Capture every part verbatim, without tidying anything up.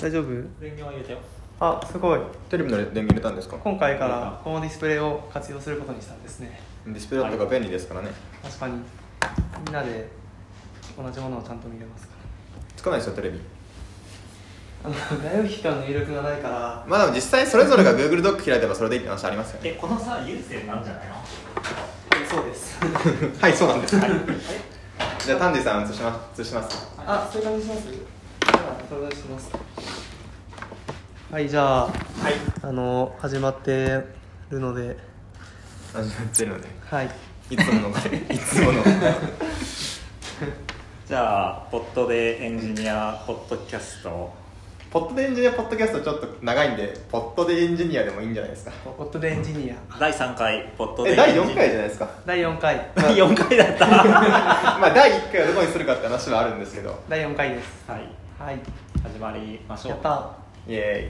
大丈夫？ 電源は入れたよ。 あ、すごい。 テレビの電源入れたんですか？ 今回からこのディスプレイを活用することにしたんですね。 ディスプレイだったが便利ですからね。 確かにみんなで同じものをちゃんと見れますから。 つかないですよテレビ。 あの外部機関の入力がないから。 まあでも実際それぞれが Google ドック開いてばそれでいいって話ありますよね。 え、このさ、有線なんじゃないの？ はい、そうですはい、そうなんです。はい、じゃあ丹治さん移します。移します。 あ、そういう感じします。じゃあそれ出します。はい、じゃあ、はい、あの始まってるので始まってるので、 はい、 いつものいつものじゃあポッドでエンジニアポッドキャストポッドでエンジニアポッドキャストちょっと長いんでポッドでエンジニアでもいいんじゃないですか。 ポッドでエンジニアだいさんかいポッドでえだいよんかいじゃないですか。 だいよんかいだいよんかいだったまあだいいっかいはどこにするかって話はあるんですけど、 だいよんかいです。 はい、 はい、 始まりましょう。 やったー。 イエ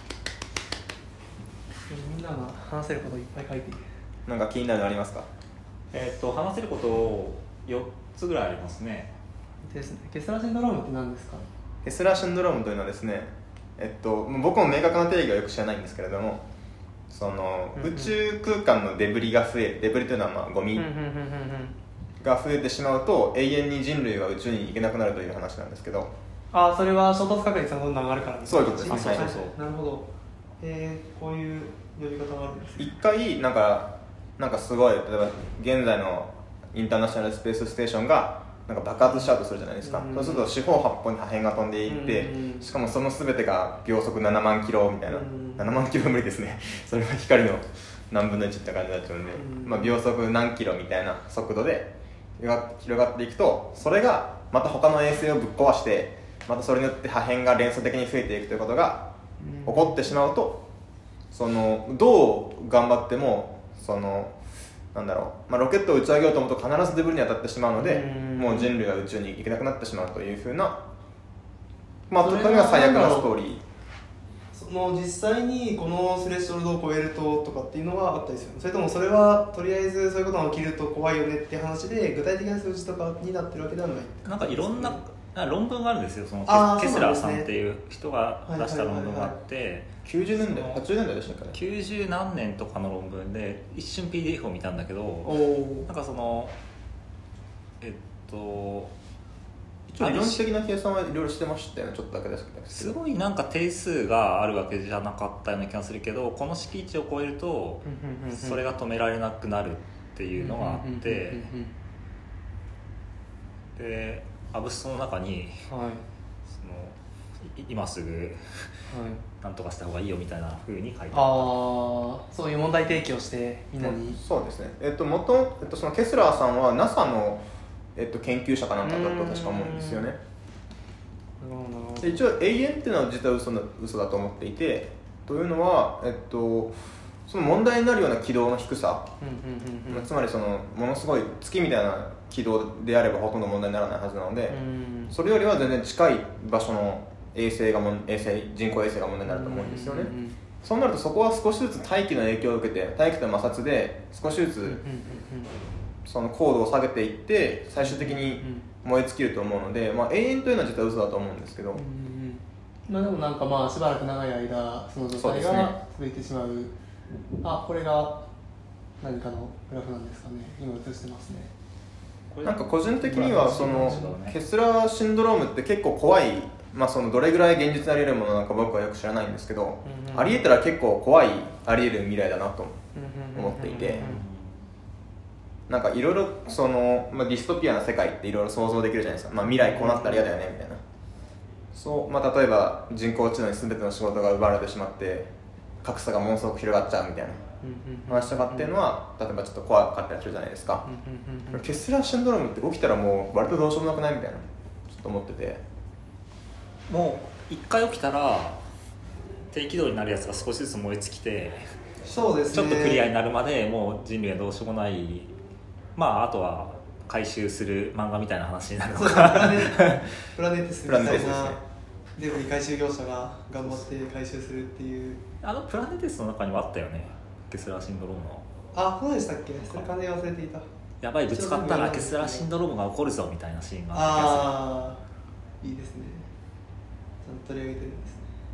みんなが話せることいっぱい書いている。 ーイ。なんか気になるのありますか？ えー、っと話せることをよっつぐらいありますね。 ですね。ケスラーシンドロームって何ですか？ ケスラーシンドロームというのはですね、えっと、僕も明確な定義はよく知らないんですけれども、その、うんうん、宇宙空間のデブリが増える、デブリというのはまあゴミが増えてしまうと永遠に人類は宇宙に行けなくなるという話なんですけど。 あ、それは衝突確率がどんどん上がるから、ね、 そういうことですね。 そうそうそう、なるほど。えー、こういう呼び方があるんですね。 一回なんかなんかすごい、例えば現在のインターナショナルスペースステーションがなんか爆発しちゃうとするじゃないですか、うん、そうすると四方八方に破片が飛んでいって、うん、しかもその全てが秒速ななまんキロみたいな、うん、ななまんキロは無理ですねそれは光の何分のいちって感じになっちゃうんで、うん、まあ、秒速何キロみたいな速度で広がっていくと、それがまた他の衛星をぶっ壊してまたそれによって破片が連鎖的に増えていくということが起こってしまうと、そのどう頑張ってもそのなんだろう、まあ、ロケットを打ち上げようと思うと必ずデブリに当たってしまうので、うもう人類は宇宙に行けなくなってしまうというふうな、まあ、それが最悪なストーリー。 その実際にこのスレッショルドを超えるととかっていうのはあったりするの？それともそれはとりあえずそういうことが起きると怖いよねっていう話で具体的な数字とかになってるわけではない？ なんかいろんな論文があるんですよ。そのケスラーさんっていう人が出した論文があって、 きゅうじゅうねんだいはちじゅうねんだいでしたっけね。 きゅうじゅうなんねんとかの論文で一瞬 ピーディーエフ を見たんだけど、なんかそのえっと一応理論的な計算はいろいろしてましたよね。ちょっとだけですけどすごいなんか定数があるわけじゃなかったような気がするけど、この敷地を超えるとそれが止められなくなるっていうのがあって、でアブストの中に、はい、その今すぐ、はい、なんとかした方がいいよみたいな風に書いてある。ああ、 そういう問題提起をしてみんなに。 そうですね。えっと元、えっと、そのケスラーさんは ナサ の、えっと、研究者かなんかだと確か思うんですよね。で一応永遠っていうのは実は 嘘, の嘘だと思っていて、というのは、えっと、その問題になるような軌道の低さ、つまりそのものすごい月みたいな軌道であればほとんど問題にならないはずなので、それよりは全然近い場所の衛星がも衛星人工衛星が問題になると思うんですよね。そうなるとそこは少しずつ大気の影響を受けて、大気と摩擦で少しずつその高度を下げていって最終的に燃え尽きると思うので、まあ、永遠というのは実は嘘だと思うんですけど、 まあ、でもなんかまあしばらく長い間その状態が続いてしまう。あ、これが何かのグラフなんですかね。今映してますね。 なんか個人的にはそのケスラーシンドロームって結構怖い、まあ、そのどれぐらい現実にあり得るものなのか僕はよく知らないんですけど、うんうん、あり得たら結構怖いあり得る未来だなと思っていて、なんかいろいろその、まあ、ディストピアな世界っていろいろ想像できるじゃないですか、まあ、未来こうなったら嫌だよねみたいな。そう、まあ、例えば人工知能に全ての仕事が奪われてしまって格差がものすごく広がっちゃうみたいな話とかっていうのは例えばちょっと怖かったりするじゃないですか。ケスラーシンドロームって起きたらもう割とどうしようもなくないみたいなちょっと思ってて、 もう一回起きたら低軌道になるやつが少しずつ燃え尽きて、 そうですね、 ちょっとクリアになるまでもう人類はどうしようもない、まああとは回収する漫画みたいな話になるのか。 プラネテスみたいなデブリ回収業者が頑張って回収するっていう。 あのプラネテスの中にもあったよね、ケスラーシンドロームの。 あ、そうでしたっけ。それ完全に忘れていた。 やばい、ぶつかったらケスラーシンドロームが起こるぞみたいなシーンがあった気がする。ああ、いいですね。ちゃんと取り上げてるんですね。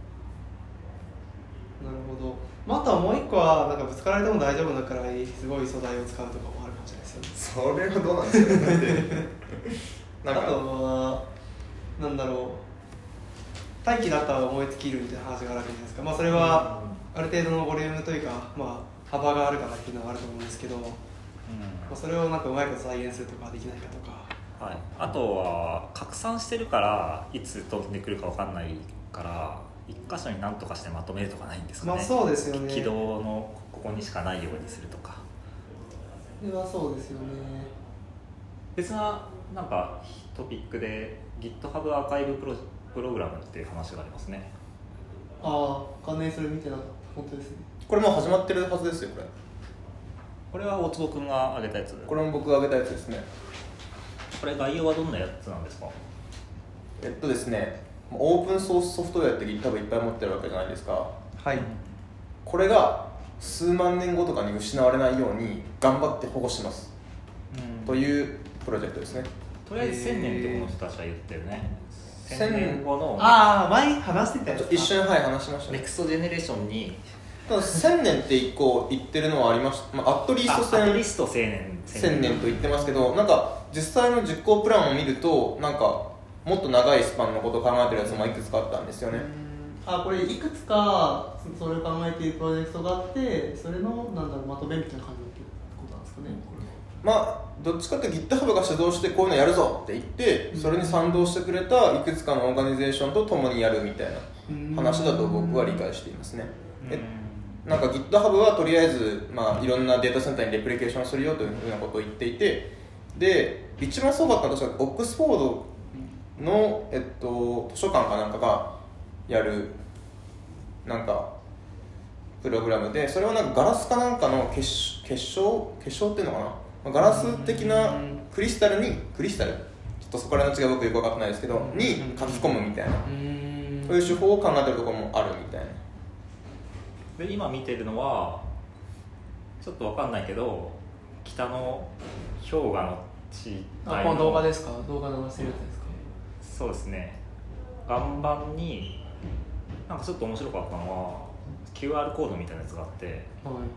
ほど、まあ、あとはもう一個はなんかぶつかられても大丈夫なくらいすごい素材を使うとかもあるかもしれないですよね。 それはどうなんですかねなんかあとはなんだろう、大気だったら思い尽きるみたいな話があるわけじゃないですか。まあそれはある程度のボリュームというか、まあ、幅があるからっていうのはあると思うんですけど、まあ、それをなんかうまいこと再現するとかできないかとか、 はい、あとは拡散してるからいつ飛んでくるか分かんないから一箇所に何とかしてまとめるとかないんですかね。 まあそうですよね。 軌道のここにしかないようにするとか。 それはそうですよね。 別ななんかトピックで GitHub アーカイブプロ、プログラムっていう話がありますね。 ああ、関連それ見てなかった。本当ですね。 これもう始まってるはずですよ。これこれは大坪くんが挙げたやつ。 これも僕が挙げたやつですね。 これ概要はどんなやつなんですか？ えっとですね、オープンソースソフトウェアって GitHub いっぱい持ってるわけじゃないですか。 はい。 これが数万年後とかに失われないように頑張って保護します、うん、というプロジェクトですね。 とりあえずせんねんってこの人たちは言ってるね。せんねんごのああ、前話してたやつか。 一緒に、はい、話しましたね。 ネクストジェネレーションにただせんねんって一個言ってるのはありました、まあ、アットリーストアットリストせんねんせんねんと言ってますけど、なんか実際の実行プランを見るとなんかもっと長いスパンのことを考えてるやつもいくつかあったんですよね。 あ、これいくつかそれを考えているプロジェクトがあって、それのなんだろうまとめみたいな感じってことなんですかね。これまあどっちかって GitHub が主導してこういうのやるぞって言ってそれに賛同してくれたいくつかのオーガニゼーションと共にやるみたいな話だと僕は理解していますね。えなんか GitHub はとりあえず、まあ、いろんなデータセンターにレプリケーションするよというふうなことを言っていて、で一番すごかったのは確かオックスフォードの、えっと、図書館かなんかがやるなんかプログラムで、それはなんかガラスかなんかの結結晶結晶っていうのかな、ガラス的なクリスタルにクリスタルちょっとそこら辺の違い僕よく分かってないですけどに書き込むみたいな、そういう手法を考えてるところもあるみたいな。 で今見てるのはちょっと分かんないけど北の氷河の地帯の、 あ、この動画ですか？動画流せるやつですか？ そうですね。岩盤になんかちょっと面白かったのは キューアール コードみたいなやつがあって、はい、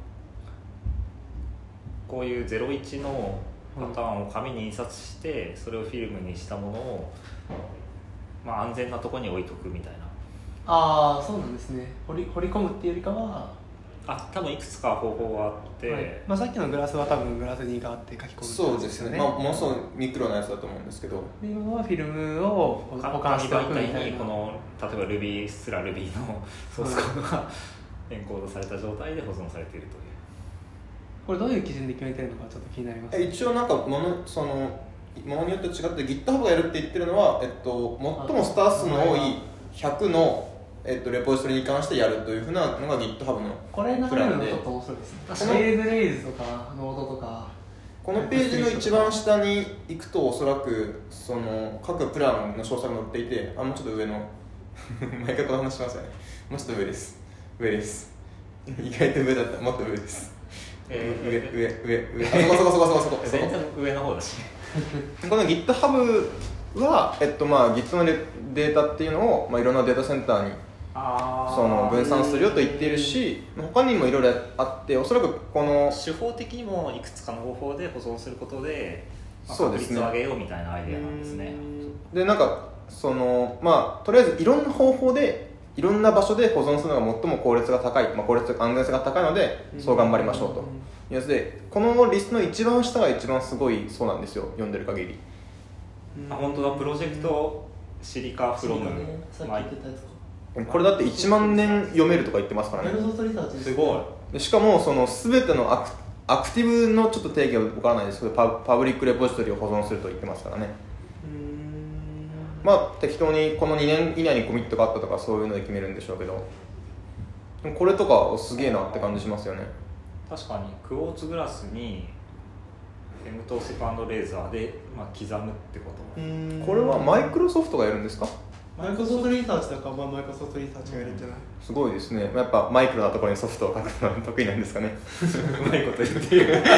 こういうゼロイチのパターンを紙に印刷してそれをフィルムにしたものを、まあ、安全なところに置いとくみたいな。 ああ、そうなんですね。掘り、掘り込むっていうよりかは、 あ、多分いくつか方法があって、はい、まあ、 さっきのグラスは多分グラスにガーって書き込む、 そうですね、まあ、ものすごいミクロなやつだと思うんですけど、 今のはフィルムを保管しておくみたいな。 にこの例えば Ruby すら Ruby のソースコードがエンコードされた状態で保存されているという。 これどういう基準で決めてるのかちょっと気になります、ね、 一応なんかものそのものによって違って GitHub がやるって言ってるのは、えっと、最もスター数の多いひゃくの、えっと、レポジトリに関してやるというふうなのが GitHub のこれ流れるのちょっと面白いですね。レイズレイズとかノードとかこのページの一番下に行くとおそらくその各プランの詳細が載っていて、あ、もうちょっと上の毎回この話しますよね。もうちょっと上です上です意外と上だった、もっと上です、えー、上上上上あそこそこそこそこそこ全然上の方だしこの GitHub は、えっとまあ、Git のデータっていうのを、まあ、いろんなデータセンターにその分散するよと言っているし、他にもいろいろあって、おそらくこの手法的にもいくつかの方法で保存することで、まあ、 そうですね、 確率を上げようみたいなアイデアなんですね。 でなんかその、まあ、とりあえずいろんな方法でいろんな場所で保存するのが最も効率が高い、まあ、効率安全性が高いのでそう頑張りましょうというやつで、このリストの一番下が一番すごいそうなんですよ、読んでる限り。 あ、本当だ、プロジェクトシリカフロム、 さっき言ってたやつか。 これだっていちまんねん読めるとか言ってますからね。 すごい。 でしかもその全てのアク、アクティブのちょっと定義は分からないですけど、パ、パブリックレポジトリを保存すると言ってますからね。うーん、まあ適当にこのにねん以内にコミットがあったとかそういうので決めるんでしょうけど、これとかすげえなって感じしますよね。 確かにクォーツグラスにフェムトーセカンドレーザーで、まあ、刻むってこと。 うーん、これはマイクロソフトがやるんですか？ マイクロソフトリサーチだから、まあ、マイクロソフトリサーチがやるんじゃない、 うん、すごいですね。やっぱマイクロなところにソフトを書くのは得意なんですかね。 うまいこと言ってる。 ま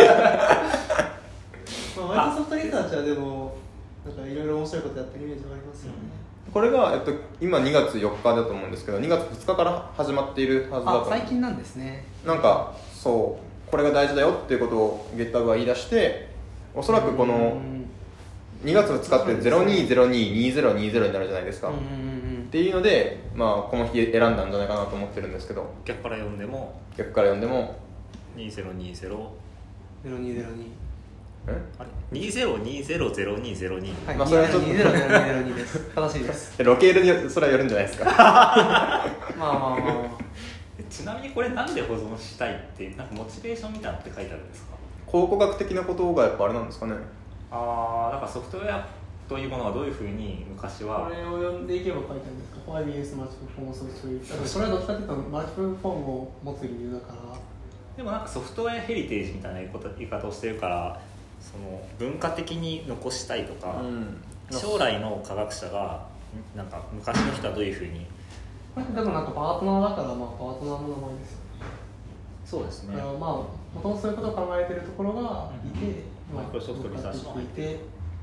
あ、マイクロソフトリサーチはでもなんかいろいろ面白いことやってるイメージはありますよね。 これが、えっと、今にがつよっかだと思うんですけどにがつふつかから始まっているはずだとあ最近なんですね。 なんかそうこれが大事だよっていうことを GitHub が言い出して、おそらくこのにがつふつかってゼロにゼロににゼロにゼロになるじゃないですか、 うんうんうん、 っていうので、まあ、この日選んだんじゃないかなと思ってるんですけど、 逆から読んでも逆から読んでもにせんにじゅうゼロにゼロにえあれにせんにじゅうゼロにゼロにはい、 まあそれはちょっとにゼロゼロにゼロにです正しいです。 ロケールにそれはよるんじゃないですかまあまあまあ、まあ、 ちなみにこれなんで保存したいってなんかモチベーションみたいなのって書いてあるんですか？ 考古学的なことがやっぱあれなんですかね。 ああ、だからソフトウェアというものがどういうふうに昔はこれを読んでいけば書いてあるんですか？ Why we use multiple forms of three。 だからそれはどっちかというとマルチプルフォームを持つ理由だから。 でもなんかソフトウェアヘリテージみたいな言い方言い方をしてるから、その文化的に残したいとか、うん、将来の科学者がなんか昔の人はどういうふうに、 これでもなんかパートナーだからまあパートナーの名前ですよね。 そうですね。 だからまあもともとそういうことを考えてるところがいて、 マイクロソフトリサーチもいて、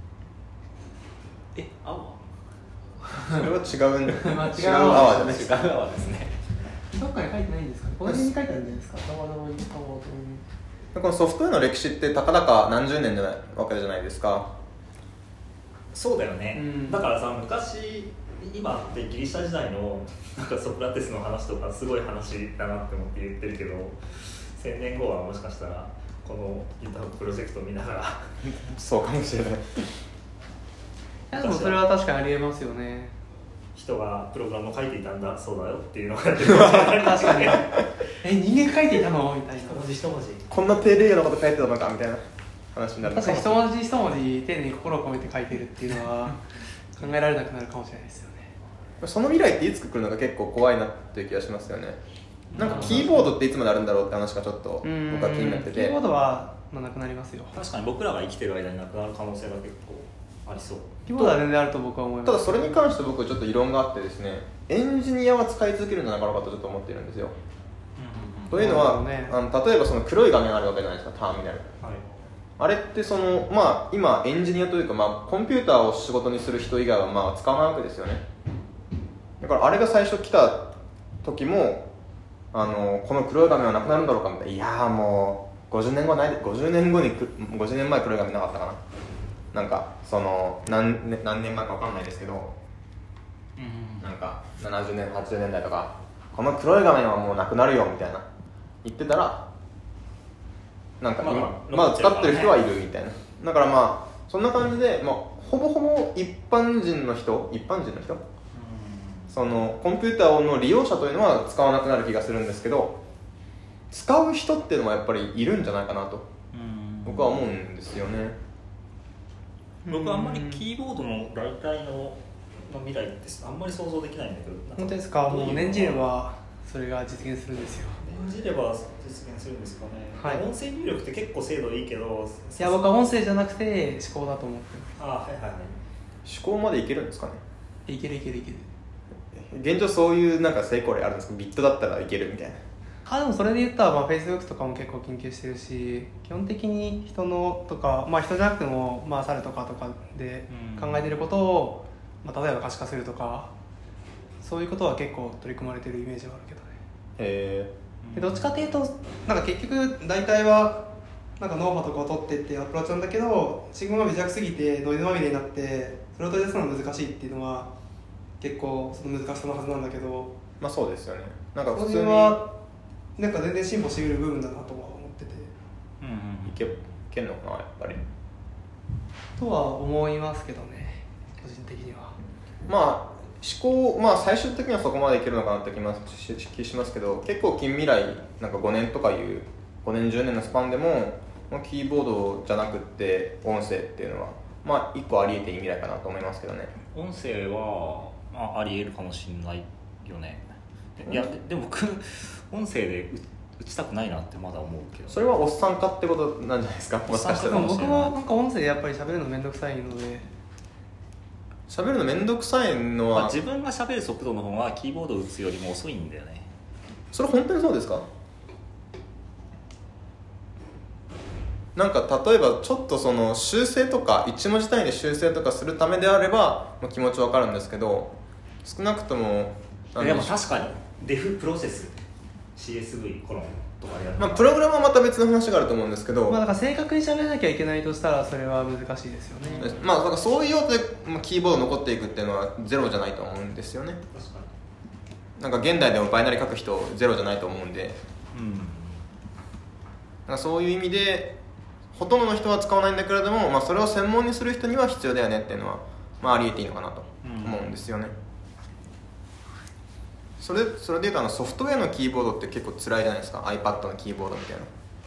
え、アワそれは違うんだまあ違う違うアワーじゃないですか。 違うアワーですね。 どっかに書いてないんですかね。この辺に書いてあるんじゃないですか。 このソフトウェアの歴史ってたかだか何十年じゃないわけじゃないですか。 そうだよね、うん、だからさ、昔今ってギリシャ時代のなんかソクラテスの話とかすごい話だなって思って言ってるけど、せんねんごはもしかしたらこの GitHub プロジェクトを見ながらそうかもしれない。いやでもそれは確かにありえますよね。 人がプログラムを書いていたんだそうだよっていうのがやってる確かにえ人間書いていたのみたいな、一文字一文字こんな低レイヤーのこと書いてたのかみたいな話になる。 確かに一文字一文字丁寧に心を込めて書いてるっていうのは考えられなくなるかもしれないですよね。その未来っていつ来るのか結構怖いなっていう気がしますよね。なんかキーボードっていつまであるんだろうって話がちょっと僕は気になってて、 キーボードは、まあ、なくなりますよ。 確かに僕らが生きてる間になくなる可能性が結構ありそう。 キーボードは全然あると僕は思います。 ただそれに関して僕はちょっと異論があってですね、エンジニアは使い続けるんじゃなかろうかとちょっと思ってるんですよ、うんうん、というのは、ね、あの例えばその黒い画面があるわけじゃないですか、ターミナル、はい、あれってその、まあ、今エンジニアというか、まあ、コンピューターを仕事にする人以外はまあ使わないわけですよね。だからあれが最初来た時もあのこの黒い画面はなくなるんだろうかみたいな、いやーもうごじゅうねんごはないで、ごじゅうねんごにごじゅうねんまえ黒い画面なかったかな、なんかその 何, 何年前か分かんないですけど、うん、なんかななじゅうねんはちじゅうねんだいとかこの黒い画面はもうなくなるよみたいな言ってたら、なんか今、まあまあ、使ってる人はいるみたいな。だからまあそんな感じで、まあ、ほぼほぼ一般人の人一般人の人、うん、そのコンピューターの利用者というのは使わなくなる気がするんですけど、使う人っていうのはやっぱりいるんじゃないかなと僕は思うんですよね。 僕はあんまりキーボードの代替の未来ってあんまり想像できないんだけど。 本当ですか？もう念じればそれが実現するんですよ。 念じれば実現するんですかね、はい、音声入力って結構精度いいけど、 いや僕は音声じゃなくて思考だと思ってます。 ああ、はいはいはい。 思考までいけるんですかね。 いけるいけるいける。 現状そういうなんか成功例あるんですか？ビットだったらいけるみたいな。 あでもそれで言ったら、まあ、Facebook とかも結構研究してるし、基本的に人のとか、まあ、人じゃなくても、まあ、猿とかとかで考えてることを、まあ、例えば可視化するとか、そういうことは結構取り組まれてるイメージはあるけどね。 へでどっちかっていうとなんか結局大体はなんかノーマとかを取ってっていうアプローチなんだけど、シグマが微弱すぎてノイズまみれになってそれを取り出すのが難しいっていうのは結構その難しさのはずなんだけど、 まあそうですよね。なんか普通にそれはなんか全然進歩してくる部分だなとは思ってて、 うんうん、いけいけんのかなやっぱりとは思いますけどね、個人的には。 まあ思考、まあ最終的にはそこまでいけるのかなって気, ます気しますけど、結構近未来なんかごねんとかいうごねんじゅうねんのスパンでもキーボードじゃなくって音声っていうのはまあ一個あり得ていい未来かなと思いますけどね。 音声は、まあ、あり得るかもしれないよね。いや で, でも僕音声で打ちたくないなってまだ思うけど、 それはおっさんかってことなんじゃないですか。もしかしたら僕もなんか音声でやっぱり喋るのめんどくさいので、 喋るのめんどくさいのは、 まあ、自分が喋る速度の方がキーボードを打つよりも遅いんだよね。 それ本当にそうですか？ なんか例えばちょっとその修正とかいち文字単位で修正とかするためであれば、まあ、気持ちわかるんですけど、少なくともでも確かにデフプロセス シーエスブイ コロンとかやる、 まあ、プログラムはまた別の話があると思うんですけど、 まあだから正確に喋らなきゃいけないとしたらそれは難しいですよね。 まあだからそういう用途で、まあ、キーボード残っていくっていうのはゼロじゃないと思うんですよね。 確かになんか現代でもバイナリ書く人ゼロじゃないと思うんで、 うん、 なんかそういう意味でほとんどの人は使わないんだけれども、まあ、それを専門にする人には必要だよねっていうのは、まあ、あり得ていいのかなと思うんですよね、うん、それそれでいうとあのソフトウェアのキーボードって結構辛いじゃないですか。 iPad のキーボードみたいな。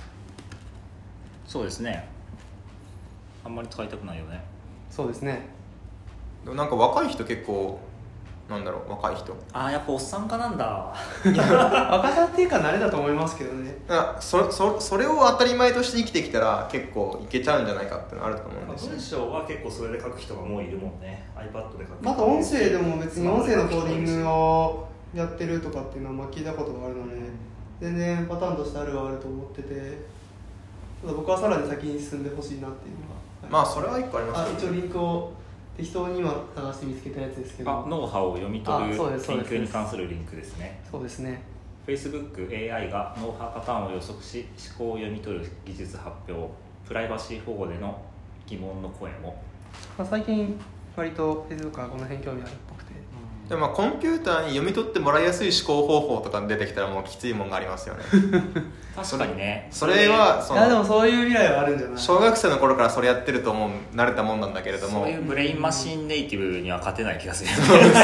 そうですね、あんまり使いたくないよね。 そうですね。 でもなんか若い人結構なんだろう、若い人ああやっぱおっさん化なんだ。 若さっていうか慣れだと思いますけどね。 あ そ, そ, それを当たり前として生きてきたら結構いけちゃうんじゃないかってのあると思うんですよ。 文章は結構それで書く人がもういるもんね。 iPad で書く。 また音声でも別に音声のコーディングをやってるとかっていうのはまあ聞いたことがあるので、全然パターンとしてあるはあると思ってて、ただ僕はさらに先に進んでほしいなっていうのが、 まあそれはいっこありますね。あ、一応リンクを適当に今探して見つけたやつですけど、 あ、ノウハウを読み取る研あそうですそうです究に関するリンクですね。 そうですね。 Facebook エーアイ がノウハウパターンを予測し思考を読み取る技術発表、プライバシー保護での疑問の声も、 まあ、最近割と Facebook はこの辺興味あるっぽくて、 でもまあコンピューターに読み取ってもらいやすい思考方法とか出てきたらもうきついもんがありますよね。 確かにね。 それはそいやでものそういう未来はあるんじゃない。 小学生の頃からそれやってるともう慣れたもんなんだけれども、 そういうブレインマシンネイティブには勝てない気がする。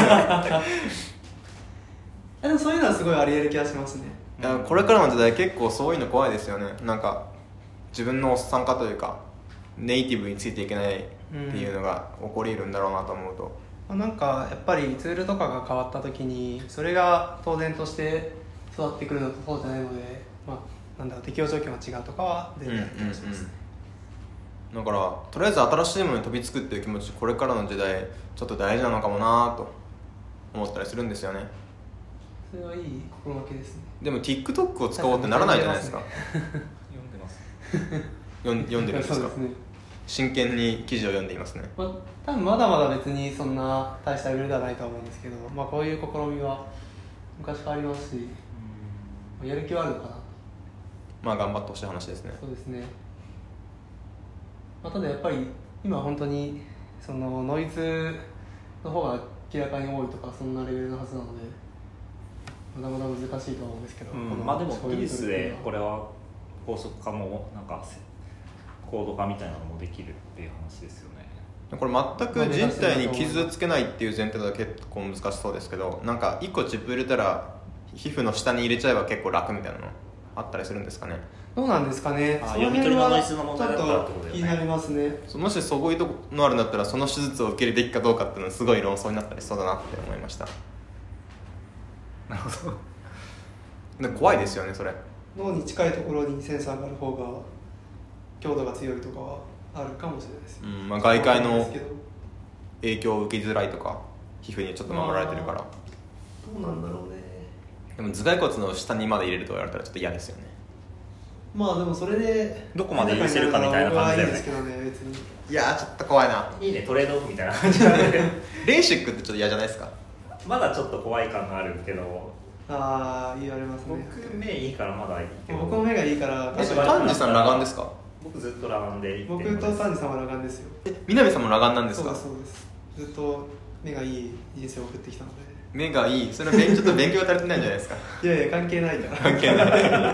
でもそういうのはすごいあり得る気がしますね。 いやこれからの時代結構そういうの怖いですよね。なんか自分のおっさん化というかネイティブについていけないっていうのが起こり得るんだろうなと思うと、 まあなんかやっぱりツールとかが変わった時にそれが当然として育ってくるのとそうじゃないので、まあ、なんだろう適用状況が違うとかは出てる気がしますね。 だからとりあえず新しいものに飛びつくっていう気持ちこれからの時代ちょっと大事なのかもなと思ったりするんですよね。 それはいい心がけですね。 でも TikTok を使おうってならないじゃないですか。 読んでます。 読ん読んでるんですか。 そうですね。 真剣に記事を読んでいますね。 まあ、多分まだまだ別にそんな大したレベルではないとは思うんですけど、まあ、こういう試みは昔からありますし、やる気はあるのかな。 まあ頑張ってほしい話ですね。 そうですね。まあ、ただやっぱり今本当にそのノイズの方が明らかに多いとかそんなレベルのはずなので、まだまだ難しいとは思うんですけど、 うん、 このまあでもそういう技術でこれれは高速化もなんかコード化みたいなのもできるっていう話ですよね。 これ全く人体に傷つけないっていう前提だと結構難しそうですけど、なんかいっこチップ入れたら皮膚の下に入れちゃえば結構楽みたいなのあったりするんですかね。 どうなんですかね。 あその辺読み取りのノはイズの問題だったらってことだよね。 気になりますね。 もしそういうとこのあるんだったらその手術を受け入れていくかどうかっていうのはすごい論争になったりしそうだなって思いました。 なるほど。 で怖いですよねそれ。 脳に近いところにセンサーがある方が強度が強いとかはあるかもしれないですよ、 うんまあ、外界のですけど影響を受けづらいとか皮膚にちょっと守られてるから。 どうなんだろうね。 でも頭蓋骨の下にまで入れると言われたらちょっと嫌ですよね。 まあでもそれでどこまで許せるかみたいな感じだよね。 僕はいいんですけどね別に。 いやーちょっと怖いな。 いいね、トレードオフみたいな感じなんでレーシックってちょっと嫌じゃないですか。 まだちょっと怖い感があるけど、 ああ言われますね。 僕目いいからまだいいけど、 僕も目がいいからえ丹治さん裸眼ですか。 僕ずっと裸眼で行って僕とるんです。 丹治さんは裸眼ですよ。 え南さんも裸眼なんですか。 そうですそうです。ずっと目がいい人生を送ってきたので。 目がいい。それは勉ちょっと勉強が足りてないんじゃないですか。 いやいや関係ないから関係ない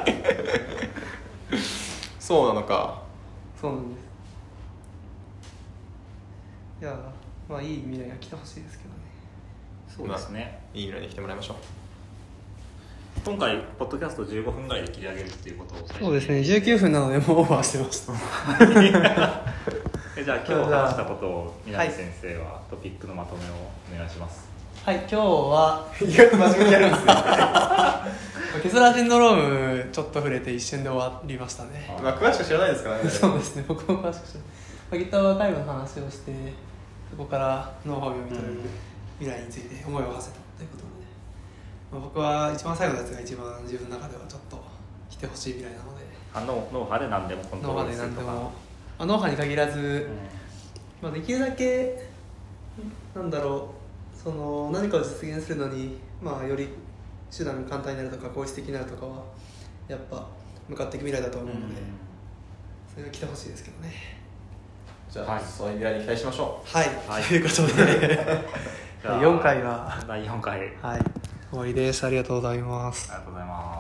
そうなのか。 そうなんです。いやまあいい未来が来てほしいですけどね。 そうですね、 いい未来に来てもらいましょう。 今回ポッドキャストじゅうごふんぐらいで切り上げるっていうことを最初にそうですねじゅうきゅうふんなのでもうオーバーしてましたえじゃあ今日話したことを南先生はトピックのまとめをお願いします。 はい今日は意外と真面目にやるんですねケスラーシンドロームちょっと触れて一瞬で終わりましたね。 まあ詳しく知らないですからねそうですね僕も詳しく知らない、まあ、GitHub アーカイブの話をしてそこからノウハウを読み取る未来について思いを馳せたということで、まあ、僕は一番最後のやつが一番自分の中ではちょっと来てほしい未来なので、 あ脳脳波で何でもコントロールするとか、 脳波で何でも、まあ、脳波に限らず、 うんまあ、できるだけなんだろうその何かを実現するのに、まあ、より手段が簡単になるとか効率的になるとかはやっぱ向かっていく未来だと思うので、うん、それが来てほしいですけどね。 じゃあ、はい、そういう未来に期待しましょう。 はい、はい、ということでよんかいはだいよんかい、 はい、終わりです。ありがとうございます。 ありがとうございます。